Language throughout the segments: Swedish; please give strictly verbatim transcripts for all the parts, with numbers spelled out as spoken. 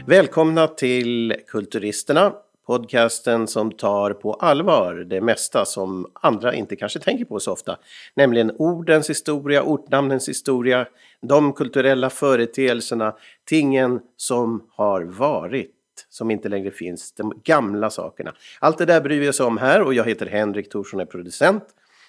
Välkomna till Kulturisterna, podcasten som tar på allvar det mesta som andra inte kanske tänker på så ofta. Nämligen ordens historia, ortnamnens historia, de kulturella företeelserna, tingen som har varit, som inte längre finns, de gamla sakerna. Allt det där bryr vi oss om här och jag heter Henrik Thorsson, är producent.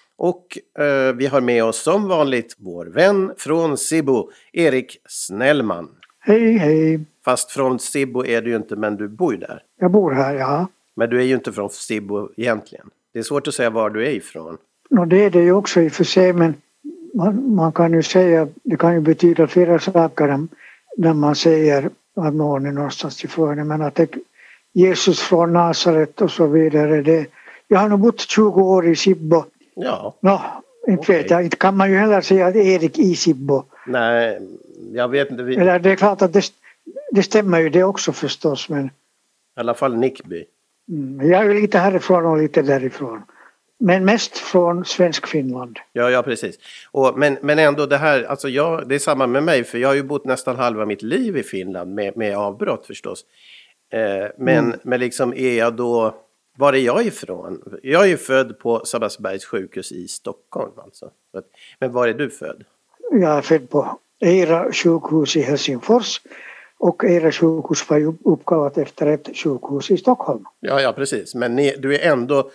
Och eh, vi har med oss som vanligt vår vän från Sibbo, Erik Snellman. Hej, hej. Fast från Sibbo är du ju inte, men du bor ju där. Jag bor här, ja. Men du är ju inte från Sibbo egentligen. Det är svårt att säga var du är ifrån. No, det är det ju också i och för sig, men man, man kan ju säga, det kan ju betyda flera saker när man säger att någon är någonstans ifrån. Men att det, Jesus från Nasaret och så vidare, det, jag har nog bott tjugo år i Sibbo. Ja. Nå, inte Okej. vet jag, inte kan man ju heller säga att Erik i Sibbo. Nej, jag vet inte. Vi... Eller det är klart att det, det stämmer ju det också förstås, men... I alla fall Nickby. Mm, jag är ju lite härifrån och lite därifrån. Men mest från svensk Finland. Ja, ja precis. Och, men, men ändå det här, alltså jag, det är samma med mig. För jag har ju bott nästan halva mitt liv i Finland med, med avbrott förstås. Eh, men, mm. men liksom är jag då, var är jag ifrån? Jag är ju född på Sabbatsbergs sjukhus i Stockholm alltså. Men var är du född? Jag är född på Eira sjukhus i Helsingfors. Och Eira sjukhus var ju uppkallat efter ett sjukhus i Stockholm. Ja, ja precis. Men ni, du är ändå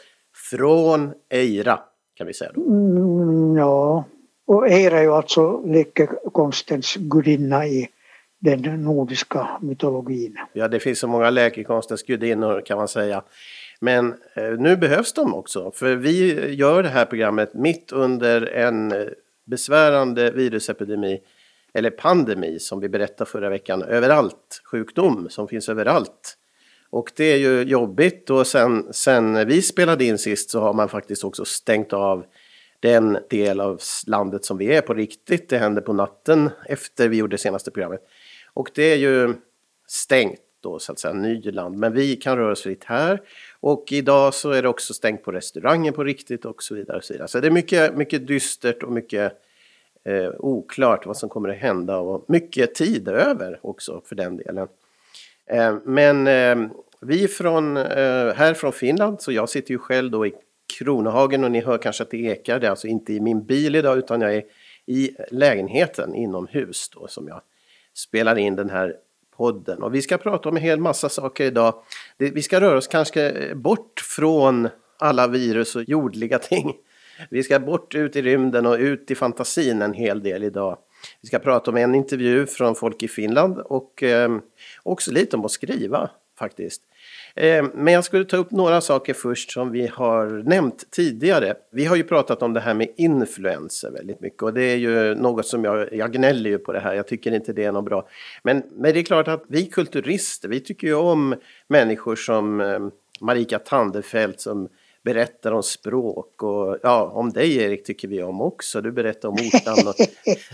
från Eira, kan vi säga då. Mm, ja, och Eira är ju alltså läkekonstens gudinna i den nordiska mytologin. Ja, det finns så många läkekonstens gudinnor kan man säga. Men eh, nu behövs de också. För vi gör det här programmet mitt under en besvärande virusepidemi. Eller pandemi som vi berättade förra veckan. Överallt. Sjukdom som finns överallt. Och det är ju jobbigt. Och sen, sen vi spelade in sist så har man faktiskt också stängt av den del av landet som vi är på riktigt. Det hände på natten efter vi gjorde det senaste programmet. Och det är ju stängt då så att säga, Nyland. Men vi kan röra oss fritt här. Och idag så är det också stängt på restaurangen på riktigt och så vidare. Och så vidare. Så det är mycket, mycket dystert och mycket eh, oklart vad som kommer att hända. Och mycket tid över också för den delen. Eh, men eh, vi från, eh, här från Finland, så jag sitter ju själv då i Kronohagen och ni hör kanske att det ekar. Det är alltså inte i min bil idag utan jag är i lägenheten inomhus då som jag spelar in den här podden. Och vi ska prata om en hel massa saker idag. Det, vi ska röra oss kanske bort från alla virus och jordliga ting. Vi ska bort ut i rymden och ut i fantasin en hel del idag. Vi ska prata om en intervju från folk i Finland och eh, också lite om att skriva faktiskt. Eh, men jag skulle ta upp några saker först som vi har nämnt tidigare. Vi har ju pratat om det här med influenser väldigt mycket och det är ju något som jag, jag gnäller ju på det här. Jag tycker inte det är något bra. Men, men det är klart att vi kulturister, vi tycker ju om människor som eh, Marika Tandefelt som berättar om språk och ja, om dig Erik tycker vi om också. Du berättar om ortnamn och...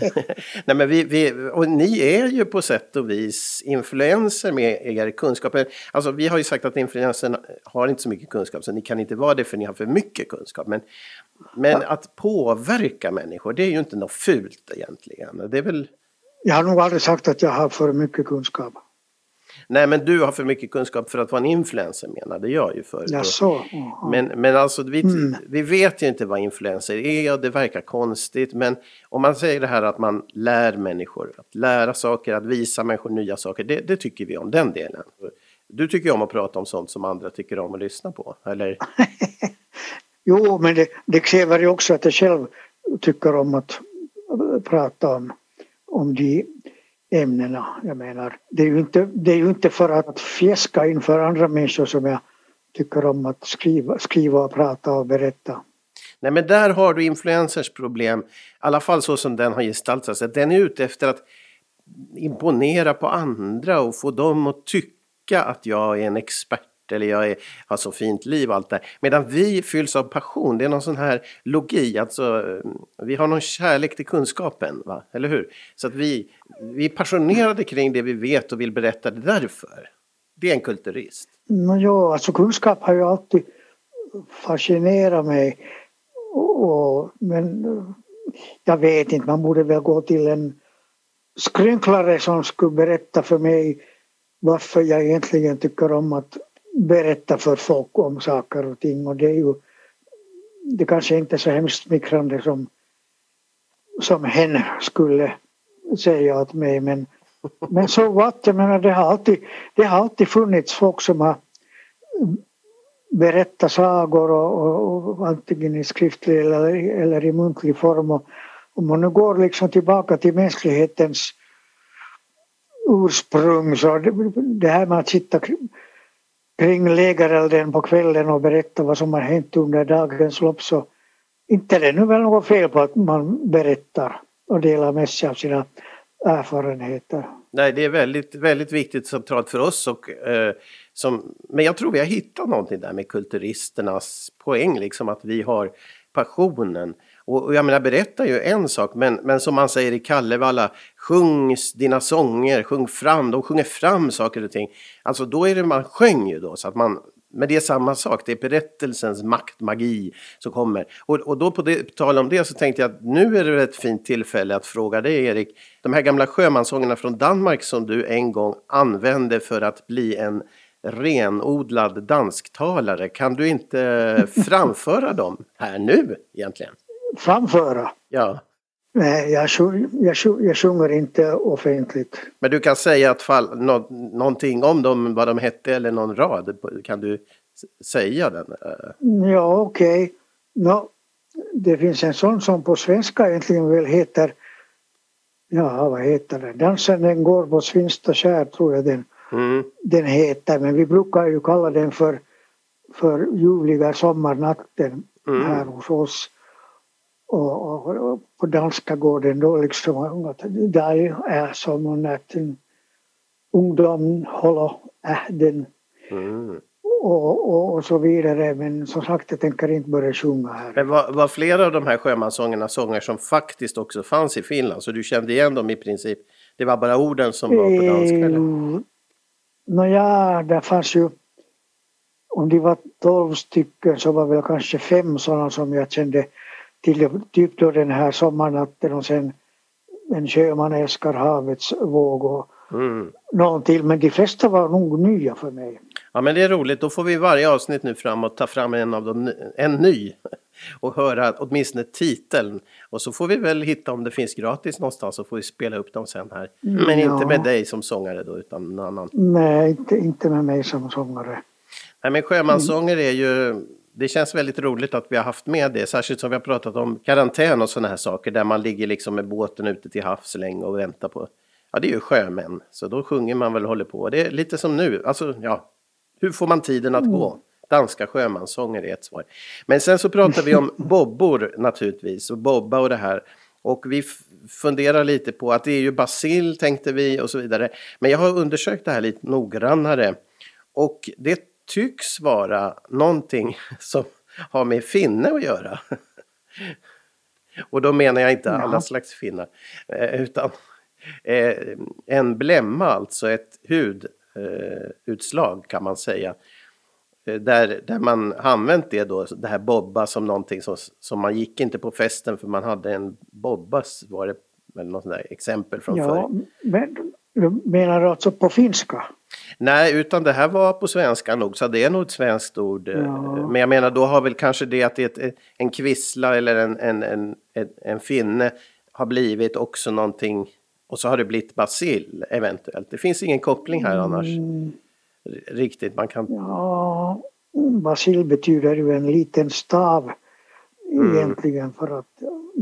Nej, men vi, vi, och ni är ju på sätt och vis influenser med er kunskaper. Alltså vi har ju sagt att influensen har inte så mycket kunskap så ni kan inte vara det för ni har för mycket kunskap. Men, men att påverka människor, det är ju inte något fult egentligen. Det är väl... Jag har nog aldrig sagt att jag har för mycket kunskap. Nej, men du har för mycket kunskap för att vara en influencer menade jag ju förut. Ja, så. Men, men alltså vi, Mm. vi vet ju inte vad influencer är och det verkar konstigt. Men om man säger det här att man lär människor, att lära saker, att visa människor nya saker. Det, det tycker vi om, den delen. Du tycker ju om att prata om sånt som andra tycker om att lyssna på, eller? Jo, men det, det kräver ju också att jag själv tycker om att prata om, om de ämnena. Jag menar, det är ju inte, det är ju inte för att fjäska inför andra människor som jag tycker om att skriva, skriva och prata och berätta. Nej, men där har du influencers problem. I alla fall så som den har gestaltat sig. Den är ute efter att imponera på andra och få dem att tycka att jag är en expert eller jag är, har så fint liv och allt det. Medan vi fylls av passion. Det är någon sån här logi. Alltså, vi har någon kärlek till kunskapen, va? Eller hur? Så att vi, vi är passionerade kring det vi vet och vill berätta det därför. Det är en kulturist. Men ja, alltså kunskap har ju alltid fascinerat mig. Och, men jag vet inte, man borde väl gå till en skrynklare som skulle berätta för mig varför jag egentligen tycker om att berätta för folk om saker och ting. Och det är ju, det kanske inte är så hemskt smickrande som, som hen skulle säga åt mig. Men, men så vad, jag menar, det har alltid, det har alltid funnits folk som har berättat sagor och, och, och antingen i skriftlig eller, eller i muntlig form. Och om man nu går liksom tillbaka till mänsklighetens ursprung, så det, det här med att sitta kring lägerelden på kvällen och berätta vad som har hänt under dagens lopp, så inte är det nu väl något fel på att man berättar och delar med sig av sina erfarenheter. Nej, det är väldigt, väldigt viktigt centralt för oss. Och, eh, som, men jag tror vi har hittat någonting där med kulturisternas poäng, liksom att vi har passionen. Och, och jag menar, berätta ju en sak, men, men som man säger i Kalevala, sjung dina sånger, sjung fram, de sjunger fram saker och ting. Alltså då är det, man sjöng ju då, så att man, men det är samma sak, det är berättelsens makt, magi som kommer. Och, och då på, det, på tal om det så tänkte jag att nu är det ett fint tillfälle att fråga dig, Erik, de här gamla sjömanssångerna från Danmark som du en gång använde för att bli en renodlad dansktalare, kan du inte framföra dem här nu egentligen? Framföra? Ja. Nej, jag, jag, jag sjunger inte offentligt. Men du kan säga att fall, nå, någonting om dem, vad de hette eller någon rad. Kan du säga den? Ja, okej. Okay. No, det finns en sån som på svenska egentligen väl heter, ja, vad heter den? Dansen den går på Svinsta skär, tror jag den, mm. den heter. Men vi brukar ju kalla den för, för ljuvliga sommarnatten mm. här hos oss. Och, och, och på danska går den då liksom att där är sommarnatten, ungdom håller ähden mm. och, och, och så vidare. Men som sagt, jag tänker inte börja sjunga här. Men var, var flera av de här sjömanssångerna sånger som faktiskt också fanns i Finland? Så du kände igen dem i princip? Det var bara orden som var på danska? Eh, eller? Nåja, där fanns ju, om det var tolv stycken så var väl kanske fem sådana som jag kände till, typ då den här sommarnatten och sen En sjöman älskar havets våg och mm. någon till, men de flesta var nog nya för mig. Ja, men det är roligt, då får vi varje avsnitt nu fram och ta fram en av dem, en ny och höra åtminstone titeln, och så får vi väl hitta om det finns gratis någonstans och får vi spela upp dem sen här, men ja. Inte med dig som sångare då, utan någon annan. Nej, inte, inte med mig som sångare. Nej, men sjömanssånger är ju, det känns väldigt roligt att vi har haft med det, särskilt som vi har pratat om karantän och sådana här saker där man ligger liksom med båten ute till havs länge och väntar på, ja det är ju sjömän, så då sjunger man väl och håller på. Det är lite som nu, alltså ja, hur får man tiden att gå? Danska sjömanssånger är ett svar. Men sen så pratar vi om bobbor naturligtvis, och bobba och det här. Och vi f- funderar lite på att det är ju basil, tänkte vi, och så vidare. Men jag har undersökt det här lite noggrannare. Och det tycks vara någonting som har med finne att göra. Och då menar jag inte alla slags finnar. Eh, utan eh, en blämma, alltså ett hudutslag eh, kan man säga. Där, där man använt det då, det här bobba som någonting som, som man gick inte på festen för man hade en bobbas, var det väl något sånt där exempel från ja, förr. Men du menar alltså på finska? Nej, utan det här var på svenska nog, så det är nog ett svenskt ord. Ja. Men jag menar, då har väl kanske det att det är ett, en kvissla eller en, en, en, en, en finne har blivit också någonting, och så har det blivit basil eventuellt. Det finns ingen koppling här annars. Mm. Riktigt, man kan... Ja, basil betyder ju en liten stav mm. egentligen, för att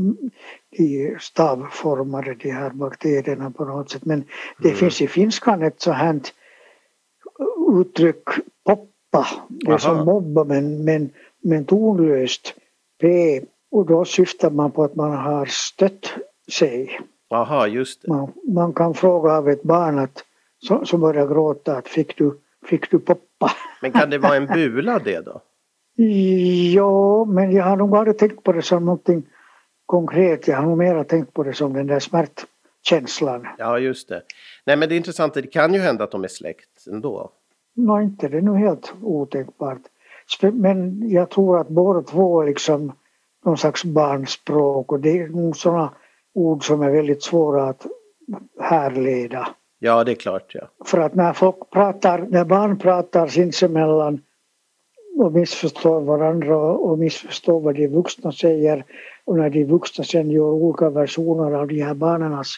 de stavformade de här bakterierna på något sätt. Men det mm. finns i finskan ett så här uttryck, poppa, det är som mobba men, men, men tonlöst, p, och då syftar man på att man har stött sig. Aha, just det. Man, man kan fråga av ett barn att, som, som börjar gråta, att fick du Fick du poppa? Men kan det vara en bula det då? Ja, men jag har nog aldrig tänkt på det som någonting konkret. Jag har nog mer tänkt på det som den där smärtkänslan. Ja, just det. Nej, men det är intressant. Det kan ju hända att de är släkt ändå. Nej, inte. Det är nog helt otänkbart. Men jag tror att båda två är liksom någon slags barnspråk. Och det är nog sådana ord som är väldigt svåra att härleda. Ja, det är klart, ja. För att när folk pratar, när barn pratar sinsemellan och missförstår varandra och missförstår vad de vuxna säger, och när de vuxna sen gör olika versioner av de här barnens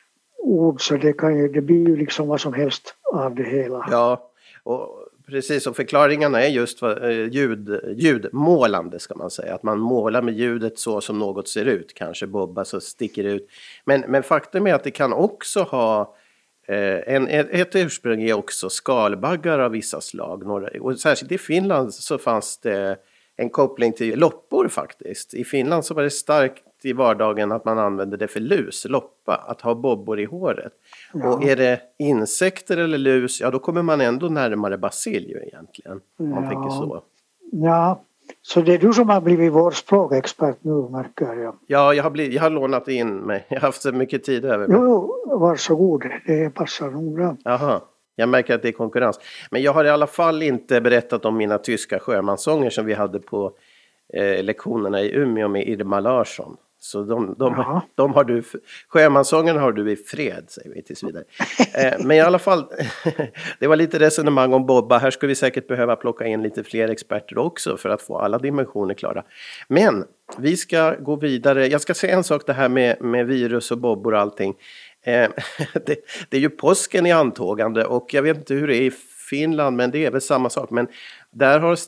ord, så det kan ju, det blir ju liksom vad som helst av det hela. Ja, och precis, och förklaringarna är just ljud, ljudmålande ska man säga. Att man målar med ljudet så som något ser ut. Kanske bobba så sticker ut. Men, men faktum är att det kan också ha eh, en, ett ursprung är också skalbaggar av vissa slag. Några, och särskilt i Finland så fanns det en koppling till loppor faktiskt. I Finland så var det starkt i vardagen att man använde det för lus, loppa, att ha bobbor i håret. Ja. Och är det insekter eller lus, ja då kommer man ändå närmare basilj egentligen. Om man ja. tänker så. Ja, så det är du som har blivit vår språkexpert nu, märker jag. Ja, jag har, blivit, jag har lånat in mig. Jag har haft så mycket tid över mig. Jo, varsågod. Det passar nog bra. Jaha. Jag märker att det är konkurrens. Men jag har i alla fall inte berättat om mina tyska sjömanssånger som vi hade på eh, lektionerna i Umeå med Irma Larsson. Så de, de, de har du, sjömanssången har du i fred, säger vi tills vidare. Eh, men i alla fall, det var lite resonemang om Bobba. Här skulle vi säkert behöva plocka in lite fler experter också för att få alla dimensioner klara. Men vi ska gå vidare. Jag ska säga en sak, det här med, med virus och bobbor och allting. Eh, det, det är ju påsken i antågande och jag vet inte hur det är i Finland, men det är väl samma sak. Men där har,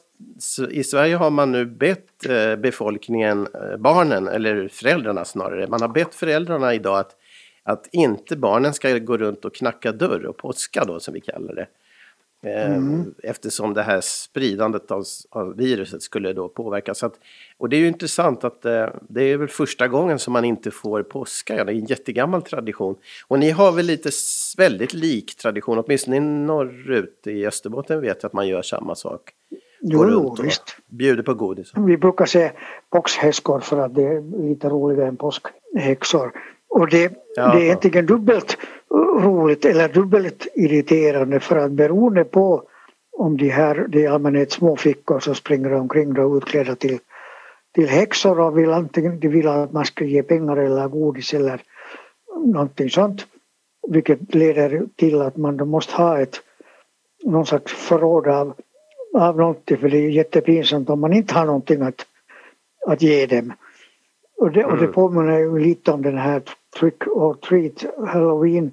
i Sverige har man nu bett eh, befolkningen, eh, barnen eller föräldrarna snarare. Man har bett föräldrarna idag att, att inte barnen ska gå runt och knacka dörr och påska då som vi kallar det. Eh, mm. Eftersom det här spridandet av, av viruset skulle då påverkas. Så att, och det är ju intressant att eh, det är väl första gången som man inte får påska. Ja, det är en jättegammal tradition. Och ni har väl lite väldigt lik tradition, åtminstone i norrut i Österbotten vet jag att man gör samma sak. Jo, jo visst. Bjuder på godis. Vi brukar se påskhäskor för att det är lite roligare än påskhäxor. Och det, det är egentligen dubbelt roligt eller dubbelt irriterande, för att beroende på om de här, det är allmänhet små fickor som springer omkring och utklädda till, till häxor och vill antingen de vill att man ska ge pengar eller godis eller någonting sånt, vilket leder till att man då måste ha ett någon slags förråd av, av någonting, för det är jättepinsamt om man inte har någonting att, att ge dem. Och det, mm. och det påminner ju lite om den här trick or treat Halloween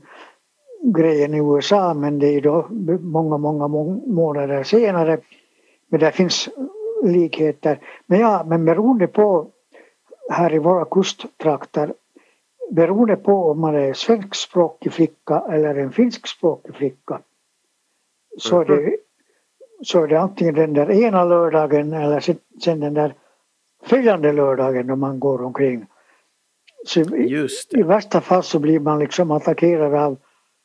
grejen i U S A, men det är då många, många månader senare. Men det finns likheter. Men ja, men beroende på här i våra kusttrakter, beroende på om man är svenskspråkig flicka eller en finskspråkig flicka, så är det, så är det antingen den där ena lördagen eller sen, sen den där följande lördagen när man går omkring. Så i, i värsta fall så blir man liksom attackerad av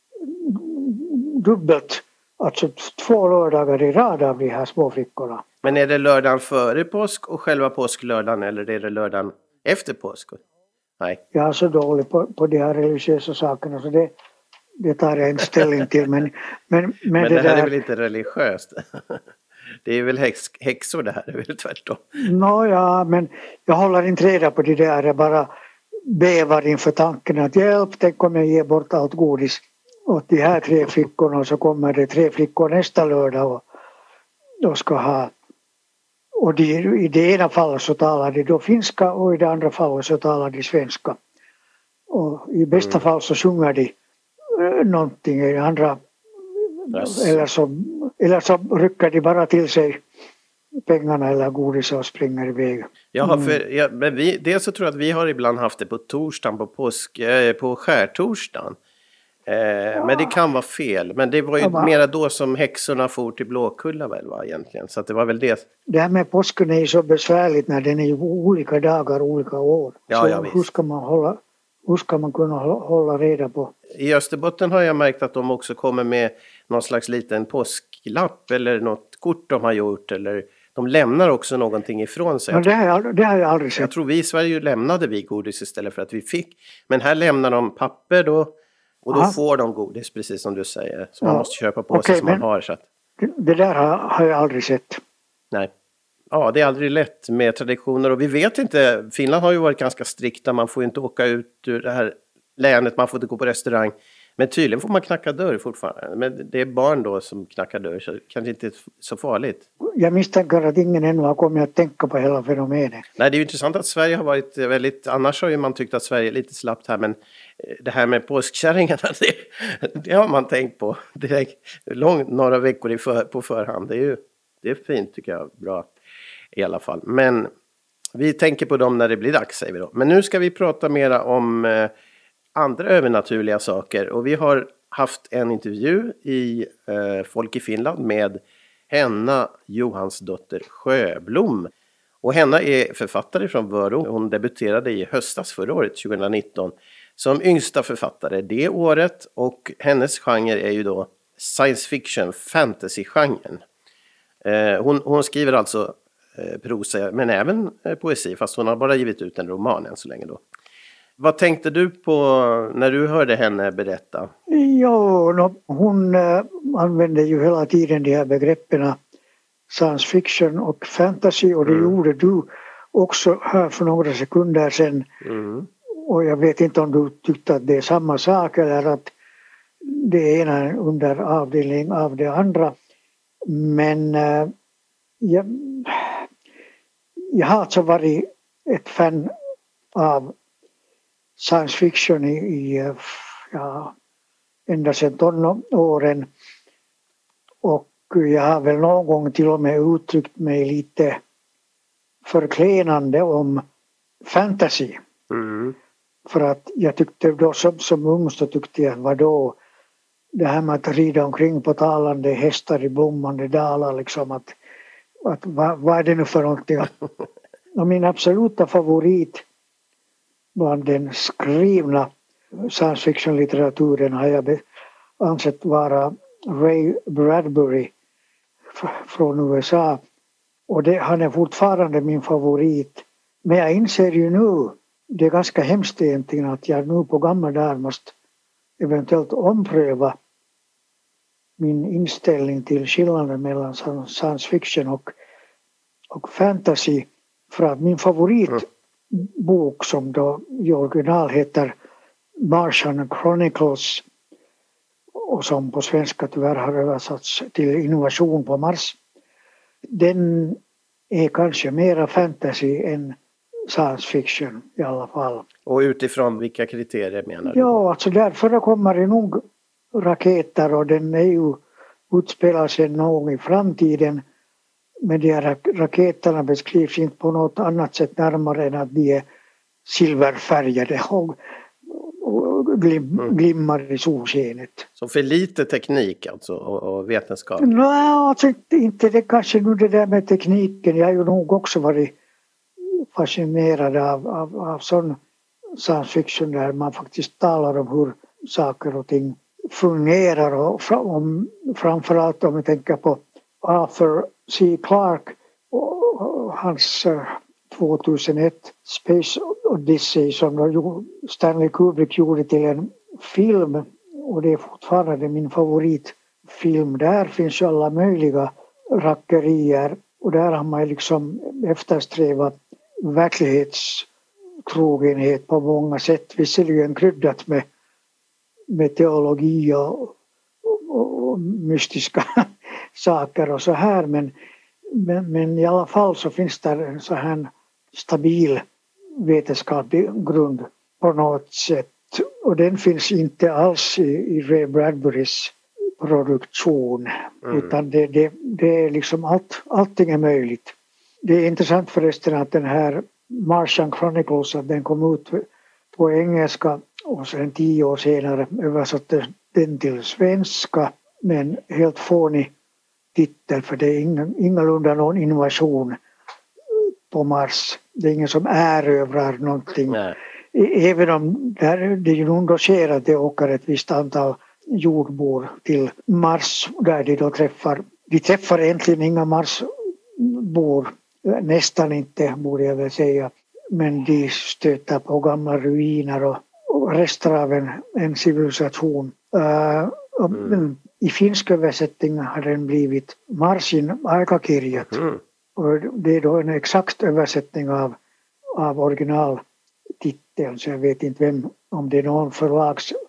dubbelt, alltså två lördagar i rad av de här små flickorna. Men är det lördagen före påsk och själva påsklördagen, eller är det lördagen efter påsk? Nej. Jag är så dålig på, på de här religiösa sakerna så det, det tar jag en ställning till. Men, men, men, men det, det här där... är väl inte religiöst? Det är väl häx, häxor det här, det är väl tvärtom? Nå ja, men jag håller inte reda på det där. Jag bara bävar inför tanken att hjälp, tänk om jag ger bort allt godis åt de här tre flickorna, och så kommer det tre flickor nästa lördag och då ska ha, och de, i det ena fallet så talar de då finska och i det andra fallet så talar de svenska. Och i bästa mm. fall så sjunger de äh, någonting, i det andra yes. eller, så, eller så rycker de bara till sig pengarna eller godis och springer iväg. Ja, för, ja, men vi, dels så tror jag att vi har ibland haft det på torsdagen, på påsk, eh, på skärtorsdagen. Eh, ja. Men det kan vara fel. Men det var ju ja, mera då som häxorna for till Blåkulla väl va, egentligen. Så att det var väl det. Det här med påsken är ju så besvärligt när den är ju olika dagar, olika år. Ja, så ja, hur ska man hålla, hur ska man kunna hålla reda på? I Österbotten har jag märkt att de också kommer med någon slags liten påsklapp eller något kort de har gjort, eller de lämnar också någonting ifrån sig. Ja, det, har jag, det har jag aldrig sett. Jag tror vi i Sverige lämnade vi godis istället för att vi fick. Men här lämnar de papper då. Och då Aha. får de godis, precis som du säger. Så ja. man måste köpa på okay, sig som man har. Så att... det, det där har, har jag aldrig sett. Nej. Ja, det är aldrig lätt med traditioner. Och vi vet inte, Finland har ju varit ganska strikta. Man får inte åka ut ur det här länet. Man får inte gå på restaurang. Men tydligen får man knacka dörr fortfarande. Men det är barn då som knackar dörr, så kanske inte så farligt. Jag misstänker att ingen ännu har kommit att tänka på hela fenomenet. Nej, det är ju intressant att Sverige har varit väldigt... Annars har ju man tyckt att Sverige är lite slappt här, men det här med påskkärringarna, det, det har man tänkt på direkt. Lång, några veckor i för, på förhand. Det är ju det är fint, tycker jag. Bra i alla fall. Men vi tänker på dem när det blir dags, säger vi då. Men nu ska vi prata mera om eh, andra övernaturliga saker. Och vi har haft en intervju i eh, Folk i Finland med Henna Johansdotter Sjöblom. Och Henna är författare från Vörå. Hon debuterade i höstas förra året, tjugonitton, som yngsta författare det året. Och hennes genre är ju då science fiction, fantasy-genren. Eh, hon, hon skriver alltså eh, prosa, men även eh, poesi, fast hon har bara givit ut en roman än så länge då. Vad tänkte du på när du hörde henne berätta? Ja, no, hon äh, använde ju hela tiden de här begreppen science fiction och fantasy, och det mm. gjorde du också här för några sekunder sedan. Mm. Och jag vet inte om du tyckte att det är samma sak eller att det ena är under avdelning av det andra. Men äh, jag, jag har alltså varit ett fan av science fiction i, i ja, ända sedan tonåren, och jag har väl någon gång till och med uttryckt mig lite förklenande om fantasy. Mm. För att jag tyckte då som, som ung så tyckte jag vadå, det här med att rida omkring på talande hästar i blommande dalar, liksom att, att vad, vad är det nu för någonting? Och min absoluta favorit bland den skrivna science fiction-litteraturen har jag ansett vara Ray Bradbury från U S A. Och det, han är fortfarande min favorit. Men jag inser ju nu, det är ganska hemskt egentligen, att jag nu på gamla dagar måste eventuellt ompröva min inställning till skillnaden mellan science fiction och, och fantasy. För att min favoritbok, som då i original heter Martian Chronicles och som på svenska tyvärr har översatts till Invasion på Mars, den är kanske mera fantasy än science fiction i alla fall. Och utifrån vilka kriterier menar du? Ja, alltså där förekommer det nog raketer, och den är ju utspelar sig någon gång i framtiden. Men de här raketerna beskrivs inte på något annat sätt närmare än att de är silverfärgade och, och glim, mm. glimmar i solskenet. Så för lite teknik alltså och, och vetenskap? No, alltså inte det kanske nu det där med tekniken. Jag har ju nog också varit fascinerad av, av, av sån science fiction där man faktiskt talar om hur saker och ting fungerar, och om, framförallt om vi tänker på Arthur C. Clarke och hans uh, tvåtusenett Space Odyssey som då Stanley Kubrick gjorde till en film, och det är fortfarande min favoritfilm. Där finns ju alla möjliga rackerier, och där har man liksom eftersträvat verklighetstrogenhet på många sätt, visserligen kryddat med, med teologi och, och, och mystiska saker och så här, men, men, men i alla fall så finns det en så här stabil vetenskaplig grund på något sätt, och den finns inte alls i, i Ray Bradburys produktion, mm. utan det, det, det är liksom allt, allting är möjligt. Det är intressant förresten att den här Martian Chronicles, att den kom ut på engelska och sen tio år senare översatte den till svenska, men helt fånig titel, för det är ingen, ingalunda någon invasion på Mars. Det är ingen som erövrar någonting. Nej. Även om det är ju undersökt att det åker ett visst antal jordbor till Mars där de då träffar, de träffar egentligen inga Marsbor, nästan inte borde jag väl säga, men de stöter på gamla ruiner och, och rester av en, en civilisation. Uh, mm. I finsk översättning har den blivit Marsin aikakirjat. Mm. Och det är då en exakt översättning av, av originaltiteln, så jag vet inte vem, om det är någon förlags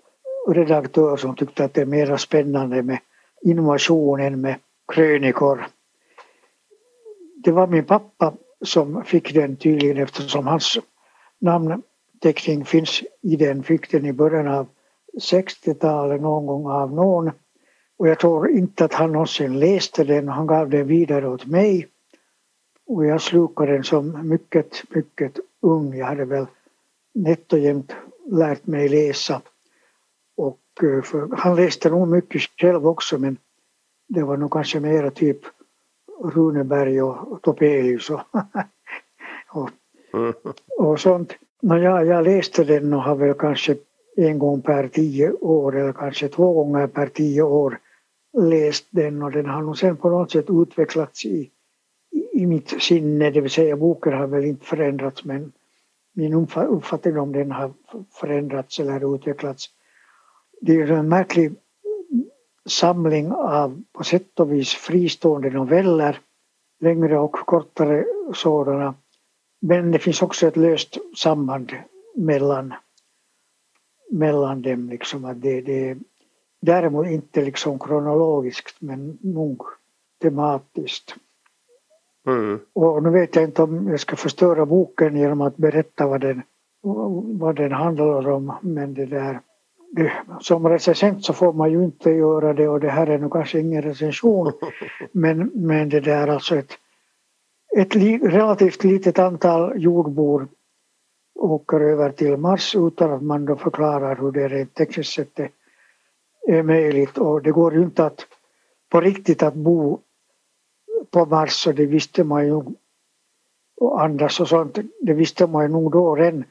redaktör som tyckte att det är mer spännande med innovation än med krönikor. Det var min pappa som fick den tydligen eftersom hans namnteckning finns i den. Fick den i början av sextiotalet någon gång av någon. Och jag tror inte att han någonsin läste den. Han gav den vidare åt mig. Och jag slukade den som mycket, mycket ung. Jag hade väl nätt och jämt lärt mig läsa. Och för, han läste nog mycket själv också, men det var nog kanske mera typ Runeberg och Topelius och, och, och sånt. Men jag, jag läste den och har väl kanske en gång per tio år eller kanske två gånger per tio år läst den, och den har nog sen på något sätt utvecklats i, i mitt sinne, det vill säga boken har väl inte förändrats, men min uppfattning om den har förändrats eller utvecklats. Det är en märklig samling av på sätt och vis fristående noveller, längre och kortare sådana. Men det finns också ett löst samband mellan, mellan dem. Liksom att det, det, däremot inte liksom kronologiskt men nog tematiskt. Mm. Och nu vet jag inte om jag ska förstöra boken genom att berätta vad den, vad den handlar om. Men det där, det, som recensent så får man ju inte göra det, och det här är nog kanske ingen recension. men, men det där alltså ett, ett li, relativt litet antal jordbor åker över till Mars utan att man då förklarar hur det rent tekniskt sett är möjligt. Och det går ju inte att på riktigt att bo på Mars, och det visste man ju, och andas och sånt, det visste man ju nog då redan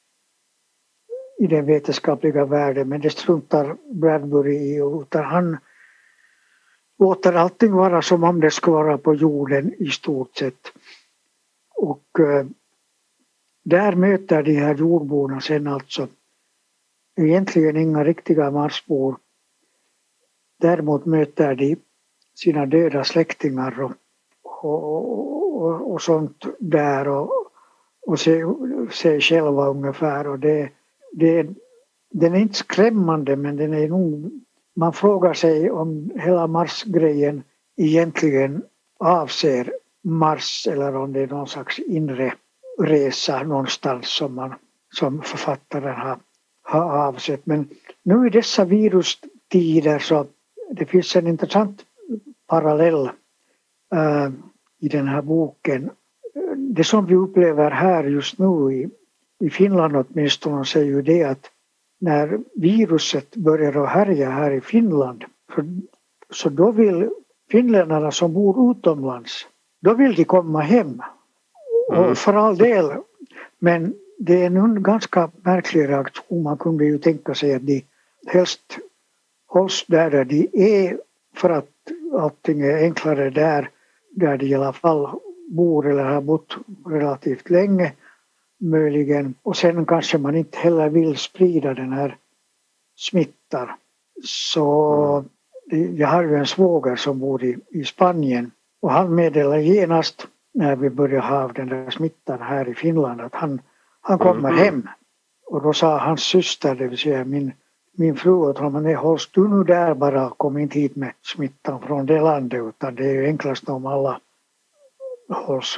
i den vetenskapliga världen, men det struntar Bradbury i, utan han låter allting vara som om det skulle vara på jorden i stort sett. Och eh, där möter de här jordborna sen alltså egentligen inga riktiga marsbor. Däremot möter de sina döda släktingar och, och, och, och sånt där, och, och sig, sig själva ungefär. Och det, det, den är inte skrämmande, men den är nog, man frågar sig om hela Mars-grejen egentligen avser Mars eller om det är någon slags inre resa någonstans som, man, som författaren har, har avsett. Men nu i dessa virustider så det finns en intressant parallell uh, i den här boken. Det som vi upplever här just nu i, i Finland åtminstone, säger ju det att när viruset börjar att härja här i Finland, för, så då vill finländarna som bor utomlands, då vill de komma hem. Mm. Och för all del, men det är en ganska märklig reaktion. Man kunde ju tänka sig att de helst hålls där, där de är, för att allting är enklare där, där de i alla fall bor eller har bott relativt länge möjligen. Och sen kanske man inte heller vill sprida den här smittan. Så mm. jag har ju en svåger som bor i, i Spanien, och han meddelar genast när vi börjar ha den där smittan här i Finland att han, han kommer mm. hem. Och då sa hans syster, det vill säga min Min fru åt honom, nej, hålls du nu där bara, kom inte hit med smittan från det landet, utan det är ju enklast om alla hålls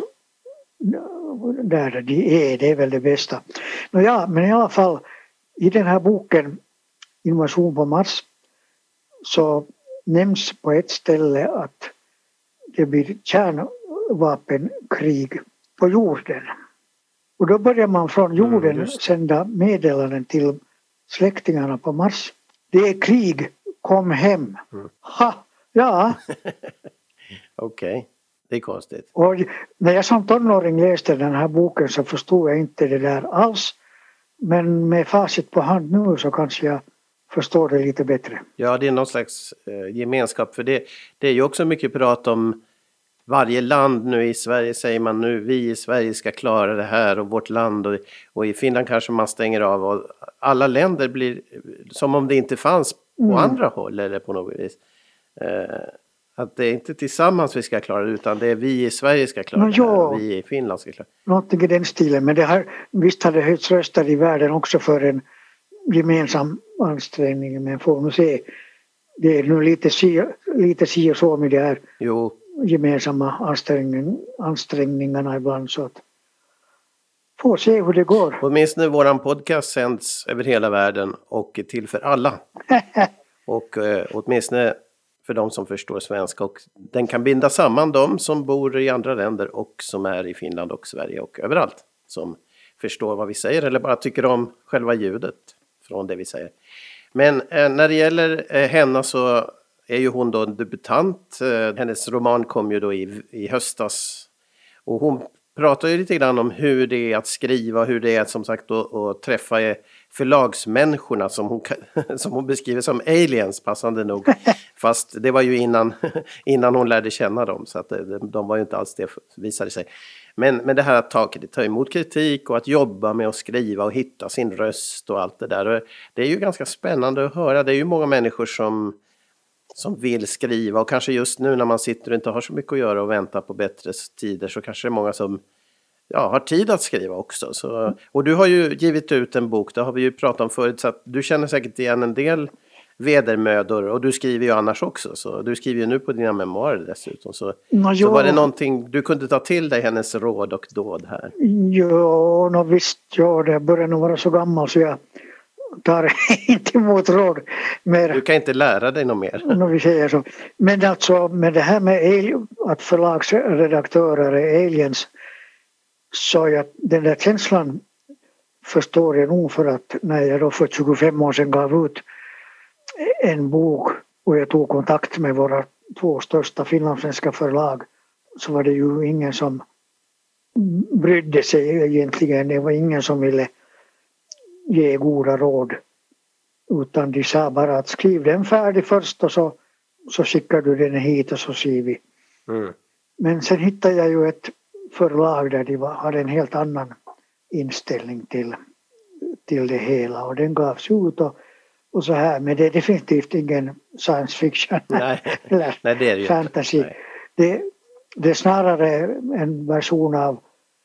där de är, det är väl det bästa. Nå ja, men i alla fall, i den här boken Invasion på Mars så nämns på ett ställe att det blir kärnvapenkrig på jorden. Och då börjar man från jorden mm, sända meddelanden till släktingarna på Mars. Det är krig, kom hem. Mm. Ha, ja. Okej, okay. Det är konstigt. Och när jag som tonåring läste den här boken så förstod jag inte det där alls. Men med facit på hand nu så kanske jag förstår det lite bättre. Ja, det är någon slags eh, gemenskap. För det, det är ju också mycket prat om varje land. Nu i Sverige säger man nu vi i Sverige ska klara det här och vårt land. Och, och i Finland kanske man stänger av. Och alla länder blir som om det inte fanns på mm. andra håll eller på något vis. Eh, att det är inte tillsammans vi ska klara det, utan det är vi i Sverige ska klara det här och vi i Finland ska klara det. Någonting i den stilen, men det har, visst har det höjts röster i världen också för en, gemensam ansträngning, men får nu se. Det är nu lite si, lite si och så med det här jo. gemensamma ansträngning, ansträngningarna ibland, så att får se hur det går. Åtminstone våran podcast sänds över hela världen och är till för alla. och eh, åtminstone för de som förstår svenska, och den kan binda samman de som bor i andra länder och som är i Finland och Sverige och överallt, som förstår vad vi säger eller bara tycker om själva ljudet från det vi säger. Men eh, när det gäller eh, henne så är ju hon då en debutant. Eh, hennes roman kom ju då i, i höstas, och hon pratar ju lite grann om hur det är att skriva, hur det är som sagt att, att träffa förlagsmänniskorna som hon, som hon beskriver som aliens, passande nog. Fast det var ju innan, innan hon lärde känna dem, så att det, de var ju inte alls det, visade sig. Men, men det här att ta, ta emot kritik och att jobba med att skriva och hitta sin röst och allt det där. Och det är ju ganska spännande att höra. Det är ju många människor som, som vill skriva, och kanske just nu när man sitter och inte har så mycket att göra och väntar på bättre tider, så kanske det är många som ja, har tid att skriva också. Så, och du har ju givit ut en bok, det har vi ju pratat om förut, så att du känner säkert igen en del vedermödor, och du skriver ju annars också, så du skriver ju nu på dina memoarer dessutom, så, no, så var det någonting du kunde ta till dig, hennes råd och dåd här? Jo, no, visst, ja, det börjar nog vara så gammal så jag tar inte emot råd mer. Du kan inte lära dig något mer. No, vi säger så. Men alltså med det här med att förlagsredaktörer är aliens, så jag, den där känslan förstår jag nog, för att när jag då för tjugofem år sedan gav ut en bok och jag tog kontakt med våra två största finlandssvenska förlag, så var det ju ingen som brydde sig egentligen. Det var ingen som ville ge goda råd, utan de sa bara att skriv den färdig först och så, så skickar du den hit och så ser vi. Mm. Men sen hittade jag ju ett förlag där de var, hade en helt annan inställning till, till det hela, och den gavs ut och, och så här, men det är definitivt ingen science fiction nej. eller nej, det är det fantasy. Nej. Det, det är snarare en version av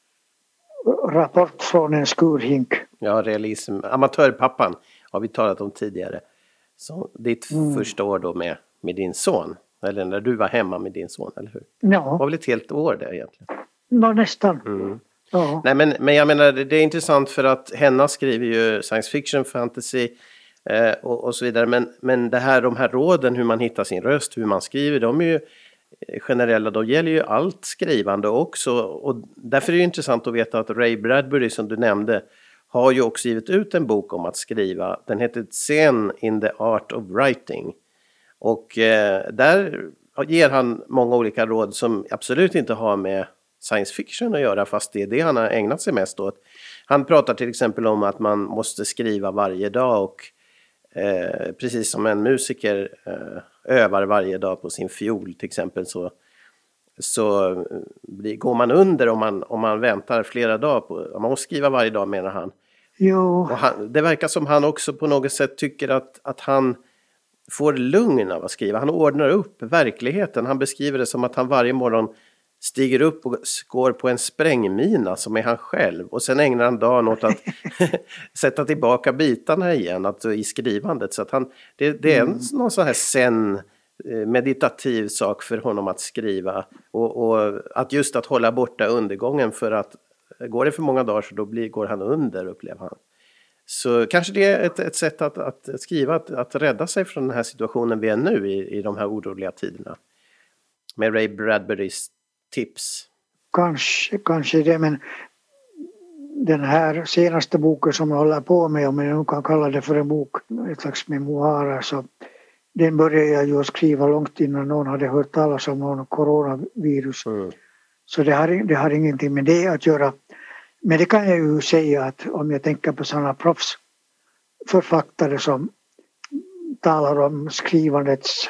Rapport från en skurhink. Ja, realism. Amatörpappan har vi talat om tidigare. Så ditt mm. första år då med, med din son, eller när du var hemma med din son, eller hur? Ja. Det var väl ett helt år där egentligen? Ja, nästan. Mm. Ja. Nej, men, men jag menar, det är intressant för att Henna skriver ju science fiction, fantasy eh, och, och så vidare. Men, men det här, de här råden, hur man hittar sin röst, hur man skriver, de är ju generella, de gäller ju allt skrivande också. Och därför är det intressant att veta att Ray Bradbury, som du nämnde, har ju också givit ut en bok om att skriva. Den heter Zen in the Art of Writing. Och eh, där ger han många olika råd som absolut inte har med science fiction att göra, fast det är det han har ägnat sig mest åt. Han pratar till exempel om att man måste skriva varje dag, och eh, precis som en musiker eh, övar varje dag på sin fiol till exempel, så, så blir, går man under om man, om man väntar flera dagar på, man måste skriva varje dag, menar han. Jo. Och han, det verkar som han också på något sätt tycker att, att han får lugn av att skriva. Han ordnar upp verkligheten. Han beskriver det som att han varje morgon stiger upp och går på en sprängmina som är han själv. Och sen ägnar han dagen åt att sätta tillbaka bitarna igen, alltså i skrivandet. Så att han, det, det är en, någon sån här sen meditativ sak för honom att skriva. Och, och att just att hålla borta undergången, för att går det för många dagar så då blir, går han under, upplever han. Så kanske det är ett, ett sätt att, att skriva, att, att rädda sig från den här situationen vi är nu i, i de här oroliga tiderna. Med Ray Bradburys tips. Kanske, kanske det, men den här senaste boken som jag håller på med, om jag nu kan kalla det för en bok, ett slags memoarer, så den började jag ju skriva långt innan någon hade hört talas om någon coronavirus. Mm. Så det har, det har ingenting med det att göra. Men det kan jag ju säga att om jag tänker på sådana proffsförfattare som talar om skrivandets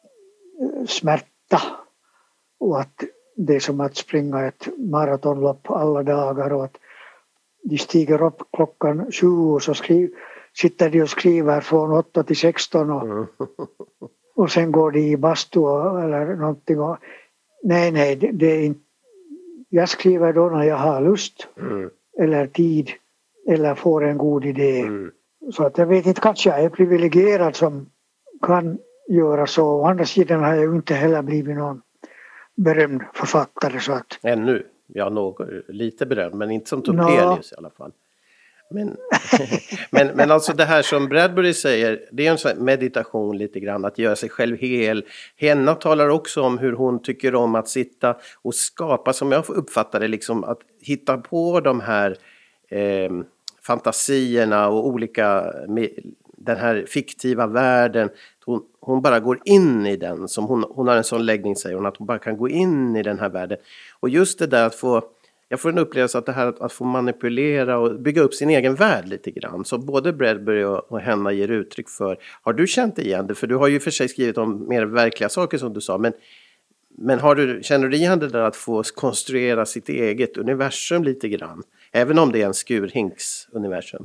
smärta, och att det är som att springa ett maratonlopp alla dagar, och att de stiger upp klockan sju och så skriv, sitter de och skriver från åtta till sexton och, mm. och sen går de i bastu eller någonting. Och, nej, nej, det, det är inte. Jag skriver då när jag har lust mm. eller tid eller får en god idé. Mm. så att jag vet inte, kanske jag är privilegierad som kan göra så. Å andra sidan har jag ju inte heller blivit någon berömd författare. Så att... Ännu, ja något, lite berömd, men inte som Topelius no. i alla fall. Men, men, men alltså det här som Bradbury säger, det är en sån meditation lite grann, att göra sig själv hel. Henna talar också om hur hon tycker om att sitta och skapa, som jag uppfattar det, liksom att hitta på de här eh, fantasierna och olika, den här fiktiva världen. Hon, hon bara går in i den, som hon, hon har en sån läggning, säger hon, att hon bara kan gå in i den här världen. Och just det där att få, jag får en upplevelse att det här att, att få manipulera och bygga upp sin egen värld lite grann. Så både Bradbury och, och Henna ger uttryck för. Har du känt igen det? För du har ju för sig skrivit om mer verkliga saker som du sa. Men, men har du, känner du igen det där att få konstruera sitt eget universum lite grann? Även om det är en skurhinks-universum.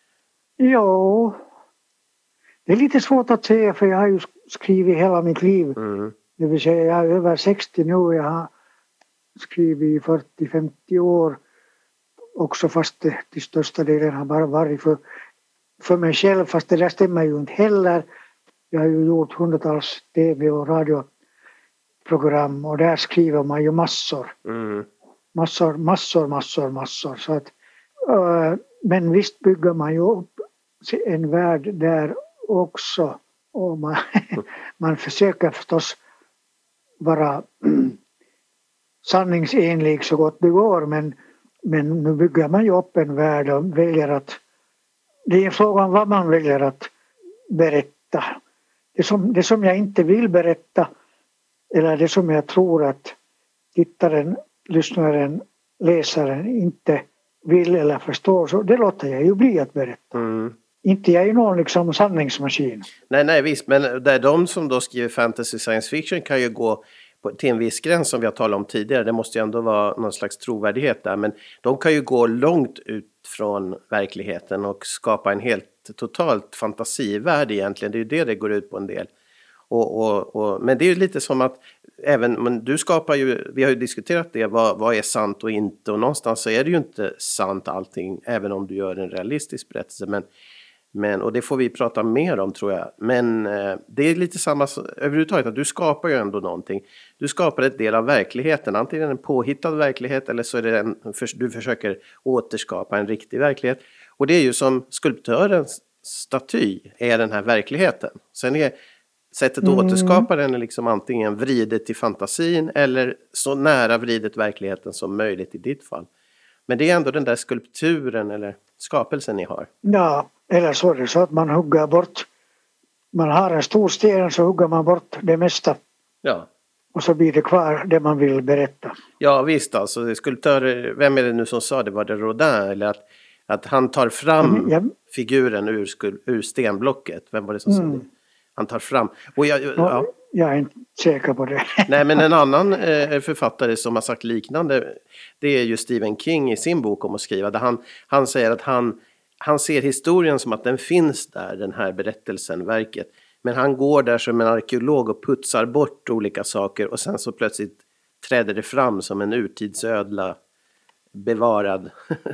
Ja, det är lite svårt att säga, för jag har ju skrivit hela mitt liv. Mm. Det vill säga jag är över sextio nu och jag har skrivit i fyrtio till femtio år. Också fast det till största delen har bara varit för, för mig själv. Fast det där stämmer ju inte heller. Jag har ju gjort hundratals tv- och radioprogram och där skriver man ju massor. Mm. Massor, massor, massor, massor. Så att, uh, men visst bygger man ju upp en värld där också. Och man, man försöker förstås vara sanningsenlig så gott det går. Men, men nu bygger man ju upp en värld och väljer att... Det är en fråga om vad man väljer att berätta. Det som, det som jag inte vill berätta, eller det som jag tror att tittaren, lyssnaren, läsaren inte vill eller förstår, så det låter jag ju bli att berätta. Mm. Inte jag är någon liksom sanningsmaskin. Nej, nej visst, men det är de som då skriver fantasy science fiction kan ju gå på, till en viss gräns som vi har talat om tidigare. Det måste ju ändå vara någon slags trovärdighet där, men de kan ju gå långt ut från verkligheten och skapa en helt totalt fantasivärld egentligen. Det är ju det det går ut på en del. Och, och, och, men det är ju lite som att även, men du skapar ju, vi har ju diskuterat det, vad, vad är sant och inte, och någonstans så är det ju inte sant allting, även om du gör en realistisk berättelse, men, men och det får vi prata mer om tror jag, men eh, det är lite samma överhuvudtaget, att du skapar ju ändå någonting, du skapar ett del av verkligheten, antingen en påhittad verklighet eller så är det en, för, du försöker återskapa en riktig verklighet, och det är ju som skulptörens staty är den här verkligheten, sen är sättet att mm. återskapa den är liksom antingen vridet till fantasin eller så nära vridet verkligheten som möjligt i ditt fall. Men det är ändå den där skulpturen eller skapelsen ni har. Ja, eller så är det så att man hugger bort. Man har en stor sten så hugger man bort det mesta. Ja. Och så blir det kvar det man vill berätta. Ja visst alltså, skulptörer, vem är det nu som sa det? Var det Rodin? Eller att, att han tar fram mm, ja. figuren ur, skul, ur stenblocket? Vem var det som mm. sa det? Han tar fram. Och jag, ja. jag är inte säker på det. Nej, men en annan eh, författare som har sagt liknande, det är ju Stephen King i sin bok om att skriva. Där han, han säger att han, han ser historien som att den finns där, den här berättelsen, verket. Men han går där som en arkeolog och putsar bort olika saker. Och sen så plötsligt träder det fram som en urtidsödla bevarad.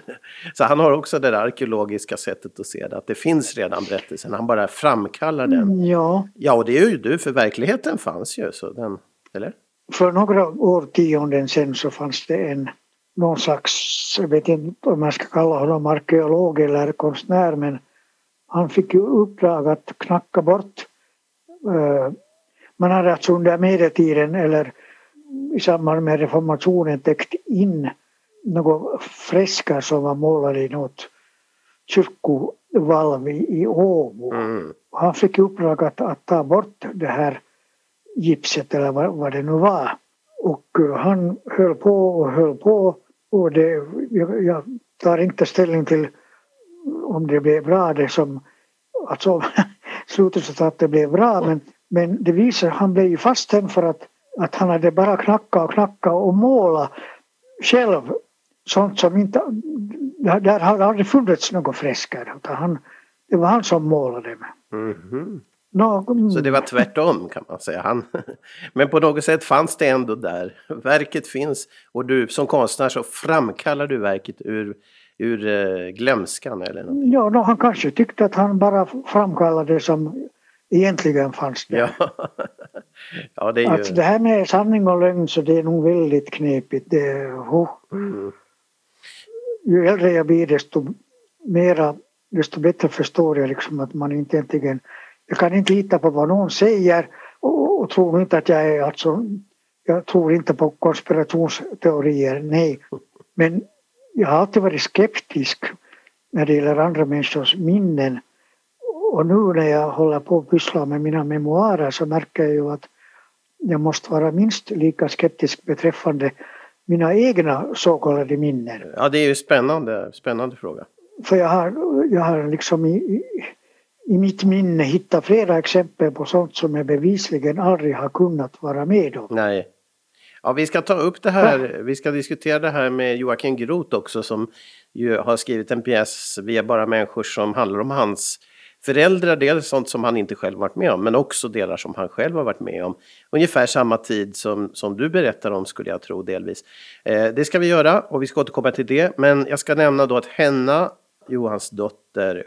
Så han har också det där arkeologiska sättet att se det. Att det finns redan berättelsen. Han bara framkallar den. Ja. Ja, och det är ju du. För verkligheten fanns ju. Så den, eller? För några årtionden sedan så fanns det en någon slags, jag vet inte om man ska kalla honom arkeolog eller konstnär, men han fick ju uppdrag att knacka bort. Uh, man hade alltså under medeltiden eller i samband med reformationen täckt in några fresker som var målade i något kyrkovalv i, i Åbo. Mm. Han fick uppdrag att, att ta bort det här gipset eller vad, vad det nu var. Och uh, han höll på och höll på. Och det, jag, jag tar inte ställning till om det blev bra. Det som, alltså slutresultatet blev bra. Men, men det visar att han blev ju faststämd för att, att han hade bara knackat och knackat och målat själv. Sånt som inte, där hade aldrig funnits några fresker. Utan han, det var han som målade med. Mm-hmm. No, mm. Så det var tvärtom kan man säga. Han, men på något sätt fanns det ändå där. Verket finns och du som konstnär så framkallar du verket ur, ur uh, glömskan eller någonting. Ja, no, han kanske tyckte att han bara framkallade det som egentligen fanns där. Ja. Ja, det är ju... Alltså det här med sanning och lögn så det är nog väldigt knepigt. Det, oh. mm. Ju äldre jag blir desto mera, desto bättre förstår jag liksom att man inte egentligen, jag kan inte lita på vad någon säger och, och tror inte att jag är alltså, jag tror inte på konspirationsteorier, nej. Men jag har alltid varit skeptisk när det gäller andra människors minnen. Och nu när jag håller på att pyssla med mina memoarer så märker jag ju att jag måste vara minst lika skeptisk beträffande mina egna så kallade minnen. Ja, det är ju spännande, spännande fråga. För jag har, jag har liksom i, i, i mitt minne hittat flera exempel på sånt som jag bevisligen aldrig har kunnat vara med om. Nej. Ja, vi ska ta upp det här, ja. Vi ska diskutera det här med Joakim Groth också som ju har skrivit en pjäs via bara människor som handlar om hans föräldrar, dels sånt som han inte själv varit med om, men också delar som han själv har varit med om. Ungefär samma tid som, som du berättar om skulle jag tro delvis. Eh, det ska vi göra och vi ska återkomma till det. Men jag ska nämna då att Henna, Johans dotter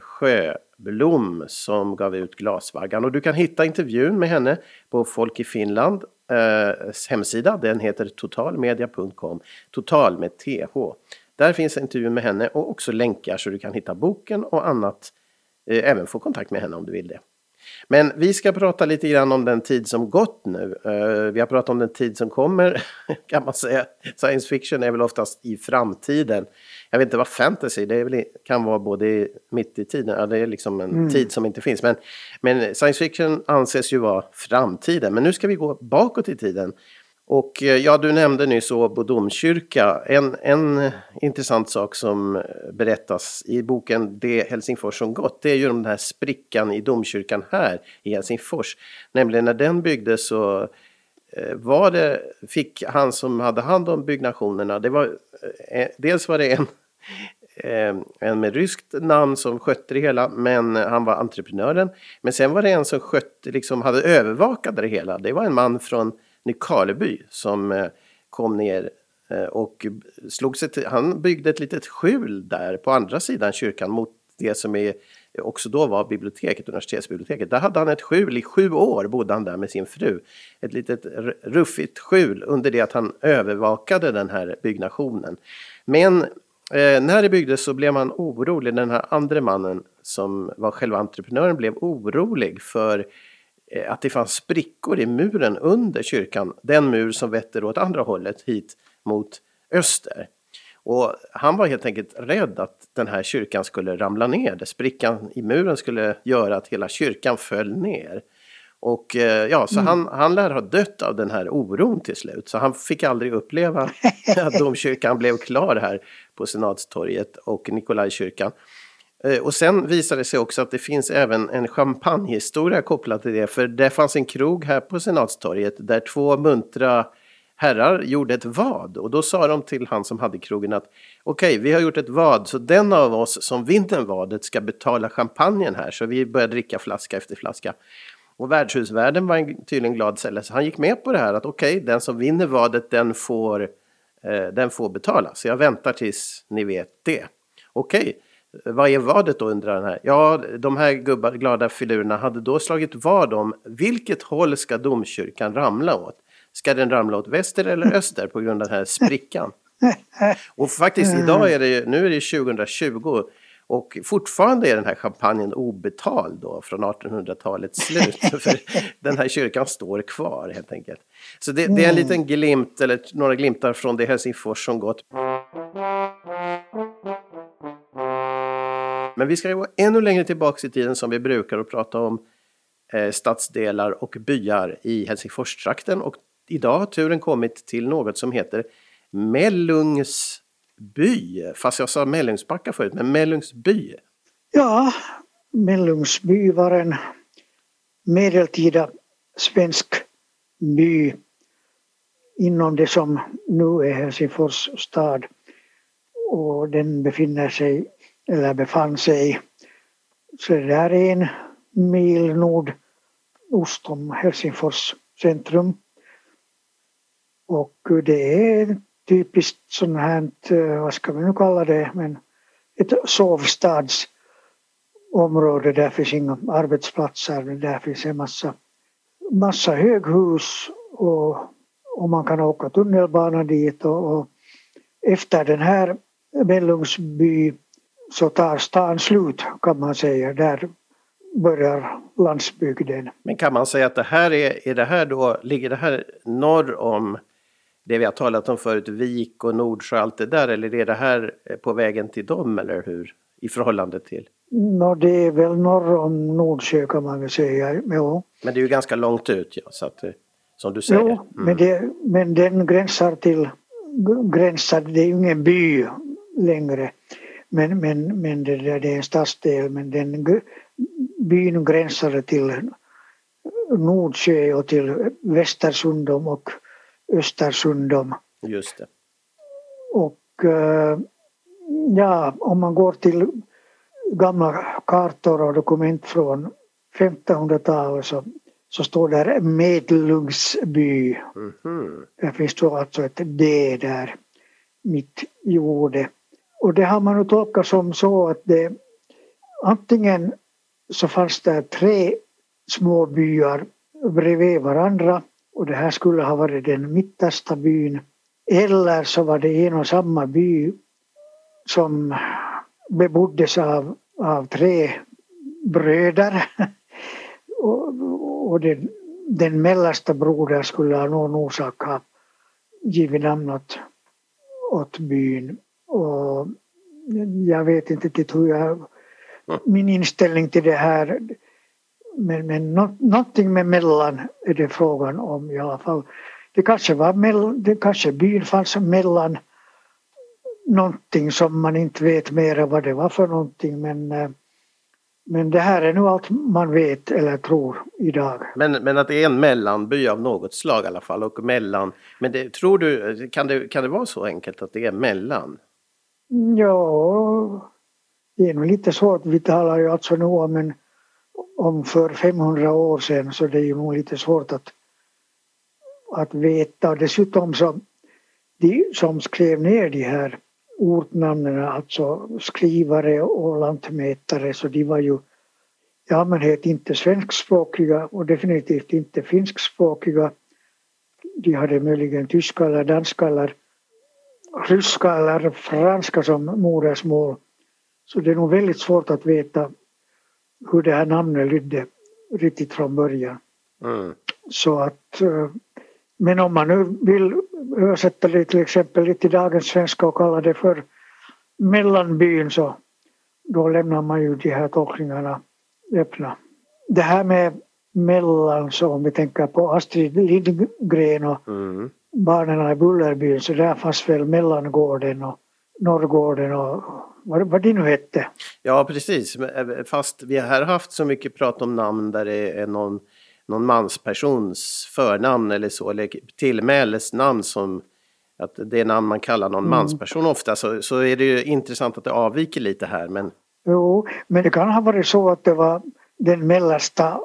Sjöblom, som gav ut Glasvaggan. Och du kan hitta intervjun med henne på Folk i Finland eh, hemsida. Den heter totalmedia punkt com. Total med T H. Där finns intervjun med henne och också länkar så du kan hitta boken och annat. Även få kontakt med henne om du vill det. Men vi ska prata lite grann om den tid som gått nu. Vi har pratat om den tid som kommer, kan man säga. Science fiction är väl oftast i framtiden. Jag vet inte vad fantasy, det är väl, kan vara både mitt i tiden. Ja, det är liksom en mm. tid som inte finns. Men, men science fiction anses ju vara framtiden. Men nu ska vi gå bakåt i tiden. Och ja, du nämnde nyss Åbo domkyrka. En, en intressant sak som berättas i boken Det Helsingfors som gått, det är ju den här sprickan i domkyrkan här i Helsingfors. Nämligen när den byggdes så var det, fick han som hade hand om byggnationerna, det var, dels var det en, en med ryskt namn som skötte det hela, men han var entreprenören. Men sen var det en som skötte, liksom hade övervakat det hela. Det var en man från Nykarleby som kom ner och slog sig till, han byggde ett litet skjul där på andra sidan kyrkan mot det som är, också då var biblioteket, universitetsbiblioteket. Där hade han ett skjul, i sju år bodde han där med sin fru. Ett litet ruffigt skjul under det att han övervakade den här byggnationen. Men eh, när det byggdes så blev man orolig, den här andra mannen som var själva entreprenören blev orolig för att det fanns sprickor i muren under kyrkan. Den mur som vetter åt andra hållet hit mot öster. Och han var helt enkelt rädd att den här kyrkan skulle ramla ner. Sprickan i muren skulle göra att hela kyrkan föll ner. Och ja, så mm. han, han lär ha dött av den här oron till slut. Så han fick aldrig uppleva att domkyrkan blev klar här på Senatstorget och Nikolajkyrkan. Och sen visade det sig också att det finns även en champagnehistoria kopplad till det. För det fanns en krog här på Senatstorget där två muntra herrar gjorde ett vad. Och då sa de till han som hade krogen att okej, okay, vi har gjort ett vad, så den av oss som vinner vadet ska betala champagnen här. Så vi började dricka flaska efter flaska. Och värdshusvärden var tydligen glad ställe, så han gick med på det här att okej, okay, den som vinner vadet den får, eh, den får betala. Så jag väntar tills ni vet det. Okej. Okay. Vad är vadet då, undrar den här? Ja, de här gubbar, glada filurerna hade då slagit vad om vilket håll ska domkyrkan ramla åt. Ska den ramla åt väster eller öster på grund av den här sprickan? Och faktiskt idag är det, nu är det tjugohundratjugo och fortfarande är den här champagnen obetald då från artonhundratalets slut. För den här kyrkan står kvar helt enkelt. Så det, det är en liten glimt eller några glimtar från det Helsingfors som gått. Men vi ska gå ännu längre tillbaka i tiden som vi brukar och prata om eh, stadsdelar och byar i Helsingforstrakten. Och idag har turen kommit till något som heter Mellungsby. Fast jag sa Mellungsbacka förut, men Mellungsby. Ja, Mellungsby var en medeltida svensk by inom det som nu är Helsingfors stad. Och den befinner sig eller befann sig så där en mil nord ost om Helsingfors centrum. Och det är typiskt sånt här, vad ska vi nu kalla det, men ett sovstadsområde. Där finns inga arbetsplatser, där finns en massa, massa höghus och, och man kan åka tunnelbana dit. Och, och efter den här Mellungsby så tar stan slut, kan man säga. Där börjar landsbygden. Men kan man säga att det här är, är det här då, ligger det här norr om det vi har talat om förut, Vik och Nordsjö, allt det där, eller är det här på vägen till dem, eller hur? I förhållande till? No, det är väl norr om Nordsjö, kan man väl säga. Jo. Men det är ju ganska långt ut, ja, så att, som du säger. Jo, mm. men, det, men den gränsar till, gränsar, det är ju ingen by längre. Men, men, men det, det är en stadsdel, men den byn gränsar till Nordsjö och till Västersundom och Östersundom. Just det. Och ja, om man går till gamla kartor och dokument från femtonhundratalet så, så står där Mellungsby. Mm-hmm. Där finns då alltså ett D där mitt i ordet. Och det har man nu tolkat som så att det antingen så fanns det tre små byar bredvid varandra och det här skulle ha varit den mittaste byn. Eller så var det en och samma by som beboddes av, av tre bröder. och och den, den mellersta brodern skulle av någon orsak ha givit namn åt, åt byn. Och jag vet inte riktigt hur jag, min inställning till det här, men, men no, någonting med mellan är det frågan om i alla fall. Det kanske var mell, det kanske byn fanns mellan någonting som man inte vet mer vad det var för någonting, men, men det här är nu allt man vet eller tror idag. Men, men att det är en mellanby av något slag i alla fall, och mellan, men det, tror du, kan det, kan det vara så enkelt att det är mellan? Ja, det är nog lite svårt. Vi talar ju alltså nu om, en, om för femhundra år sedan, så det är ju nog lite svårt att, att veta. Dessutom så, de som skrev ner de här ortnamnen, alltså skrivare och lantmätare, så de var ju i allmänhet inte svenskspråkiga och definitivt inte finskspråkiga. De hade möjligen tyska eller danska eller ryska eller franska som modersmål. Så det är nog väldigt svårt att veta hur det här namnet lydde riktigt från början. Mm. Så att, men om man nu vill översätta det till exempel lite i dagens svenska och kalla det för mellanbyn, så då lämnar man ju de här tolkningarna öppna. Det här med mellan, så om vi tänker på Astrid Lindgren och mm. Barnen i Bullerbyn, så där fanns väl Mellangården och Norrgården och vad, vad det nu hette. Ja, precis. Fast vi har haft så mycket prat om namn där det är någon, någon manspersons förnamn eller så, eller tillmälesnamn som att det är namn man kallar någon mm. mansperson ofta, så, så är det ju intressant att det avviker lite här. Men... Jo, men det kan ha varit så att det var den mellersta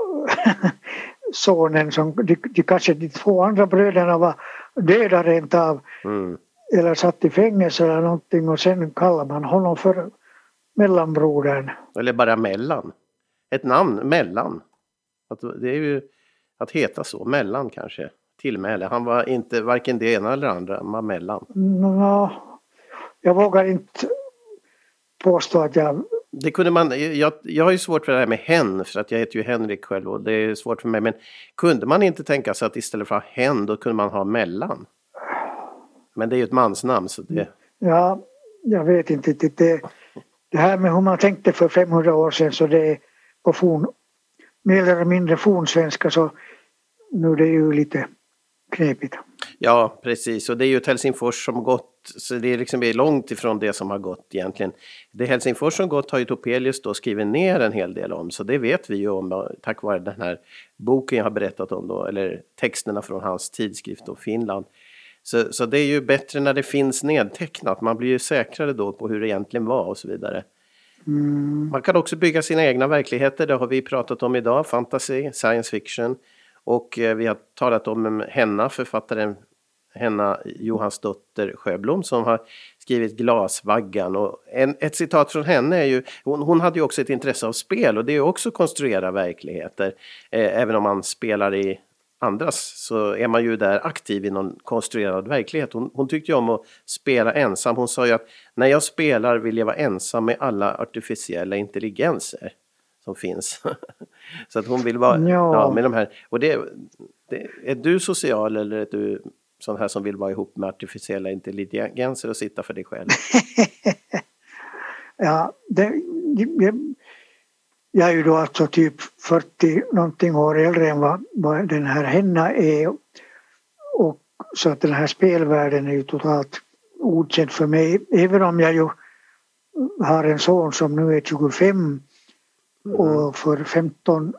sonen som, de, de kanske de två andra bröderna var döda rent av mm. eller satt i fängelse eller någonting, och sen kallar man honom för mellanbrodern. Eller bara mellan. Ett namn, mellan. Att det är ju att heta så, mellan kanske. Tillmäle. Han var inte varken det ena eller det andra, han var mellan. Nå, jag vågar inte påstå att jag... Det kunde man, jag, jag har ju svårt för det här med hen, för att jag heter ju Henrik själv och det är svårt för mig, men kunde man inte tänka sig att istället för att ha hen, då kunde man ha mellan? Men det är ju ett mansnamn, så det... Ja, jag vet inte riktigt. Det, det här med hur man tänkte för femhundra år sedan, så det är på forn, mer eller mindre fornsvenska, så nu är det ju lite knepigt. Ja, precis. Och det är ju ett Helsingfors som gått, så det är liksom långt ifrån det som har gått egentligen. Det Helsingfors som gått har ju Topelius då skrivit ner en hel del om, så det vet vi ju om tack vare den här boken jag har berättat om då, eller texterna från hans tidskrift då, Finland. Så, så det är ju bättre när det finns nedtecknat, man blir ju säkrare då på hur det egentligen var och så vidare. Mm. Man kan också bygga sina egna verkligheter, det har vi pratat om idag, fantasy, science fiction. Och eh, vi har talat om Henna, författaren Henna Johansdotter Sjöblom som har skrivit Glasvaggan. Och en, ett citat från henne är ju, hon, hon hade ju också ett intresse av spel och det är också konstruera verkligheter. Eh, även om man spelar i andras så är man ju där aktiv i någon konstruerad verklighet. Hon, hon tyckte ju om att spela ensam. Hon sa ju att när jag spelar vill jag vara ensam med alla artificiella intelligenser som finns. Så att hon vill vara ja. Ja, med de här. Och det, det, är du social eller är du sån här som vill vara ihop med artificiella intelligenser och sitta för dig själv? Ja, det, jag, jag är ju då alltså typ fyrtio någonting år äldre än vad, vad den här Henna är. Och så att den här spelvärlden är ju totalt okänd för mig. Även om jag ju har en son som nu är tjugofem. Mm. Och för femton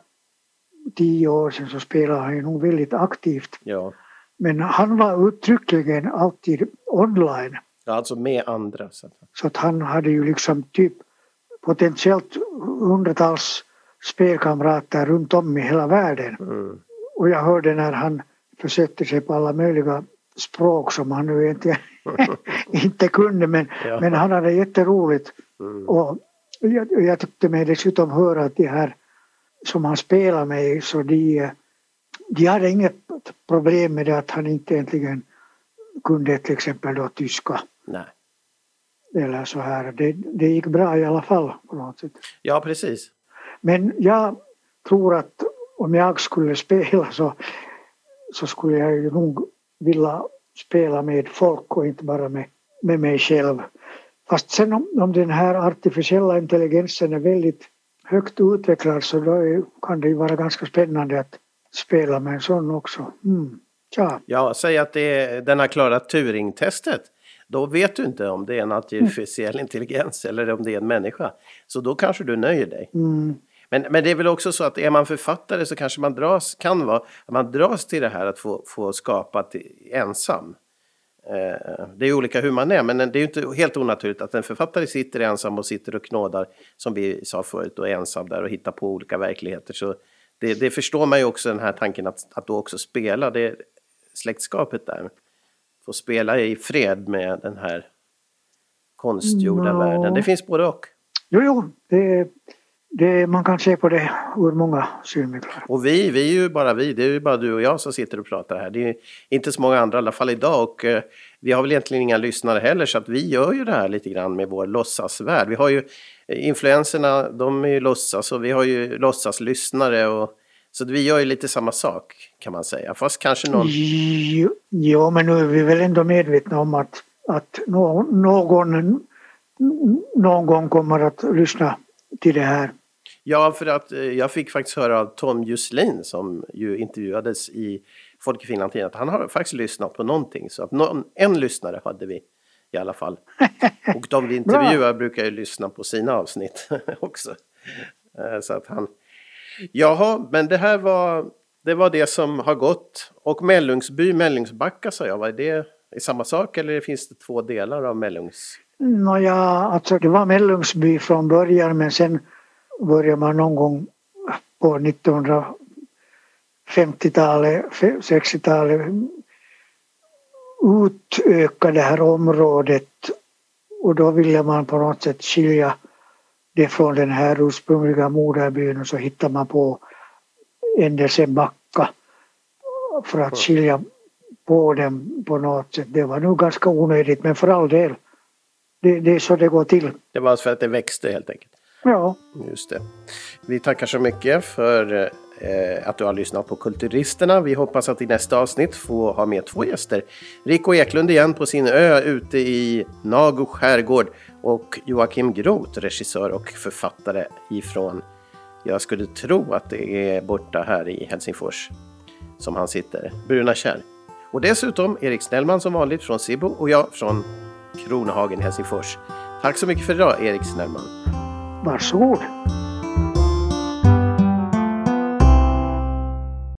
tio år sedan så spelade han ju nog väldigt aktivt. Ja. Men han var uttryckligen alltid online. Ja, alltså med andra. Så att, så att han hade ju liksom typ potentiellt hundratals spelkamrater runt om i hela världen. Mm. Och jag hörde när han försökte sig på alla möjliga språk som han nu inte, inte kunde. Men, ja. men han hade jätteroligt. Mm. Och jag, jag tyckte mig dessutom höra att det här som han spelar med så de, de hade inget problem med det att han inte egentligen kunde till exempel då tyska. Nej. Eller så här. Det, det gick bra i alla fall på något sätt. Ja, precis. Men jag tror att om jag skulle spela så, så skulle jag ju nog vilja spela med folk och inte bara med, med mig själv. Fast sen om, om den här artificiella intelligensen är väldigt högt utvecklad så då är, kan det ju vara ganska spännande att spela med en sån också. Mm. Ja. ja, säg att det är, den har klarat Turing-testet. Då vet du inte om det är en artificiell mm. intelligens eller om det är en människa. Så då kanske du nöjer dig. Mm. Men, men det är väl också så att är man författare så kanske man dras, kan vara, att man dras till det här att få, få skapa ensam. Eh, det är olika hur man är, men det är ju inte helt onaturligt att en författare sitter ensam och sitter och knådar, som vi sa förut, och är ensam där och hittar på olika verkligheter. Så det, det förstår man ju också, den här tanken att, att då också spela det släktskapet där. Få spela i fred med den här konstgjorda no. världen. Det finns både och. Jo, jo. Det, det, man kan se på det ur många synvinklar. Och vi, vi är ju bara vi. Det är ju bara du och jag som sitter och pratar här. Det är inte så många andra, i alla fall idag. Och eh, vi har väl egentligen inga lyssnare heller. Så att vi gör ju det här lite grann med vår låtsasvärld. Vi har ju eh, influenserna, de är ju låtsas. Och vi har ju låtsaslyssnare. Och, så vi gör ju lite samma sak kan man säga. Fast kanske någon... Jo, jo men nu är vi väl ändå medvetna om att, att någon, någon, någon gång kommer att lyssna till det här. Ja, för att eh, jag fick faktiskt höra av Tom Jusslin som ju intervjuades i Folk i Finland att han har faktiskt lyssnat på någonting. Så att någon, en lyssnare hade vi i alla fall. Och de vi intervjuar brukar ju lyssna på sina avsnitt också. Eh, så att han... Jaha, men det här var det, var det som har gått. Och Mellungsby, Mellungsbacka sa jag, var det i samma sak eller finns det två delar av Mellungs? Nåja, alltså det var Mellungsby från början men sen började man någon gång på nittonhundrafemtiotalet, sextiotalet utöka det här området och då ville man på något sätt skilja det från den här ursprungliga moderbyn och så hittar man på Ändelsenbacka för att skilja på dem på något sätt. Det var nog ganska onödigt men för all del. Det, det är så det går till. Det var för att det växte helt enkelt. Ja. Just det. Vi tackar så mycket för eh, att du har lyssnat på Kulturisterna. Vi hoppas att i nästa avsnitt få ha med två gäster. Rico Eklund igen på sin ö ute i Nago skärgård. Och Joakim Groth, regissör och författare ifrån, jag skulle tro att det är borta här i Helsingfors som han sitter, Bruna Kärr. Och dessutom Erik Snellman som vanligt från Sibbo och jag från Kronohagen, Helsingfors. Tack så mycket för idag, Erik Snellman. Varsågod.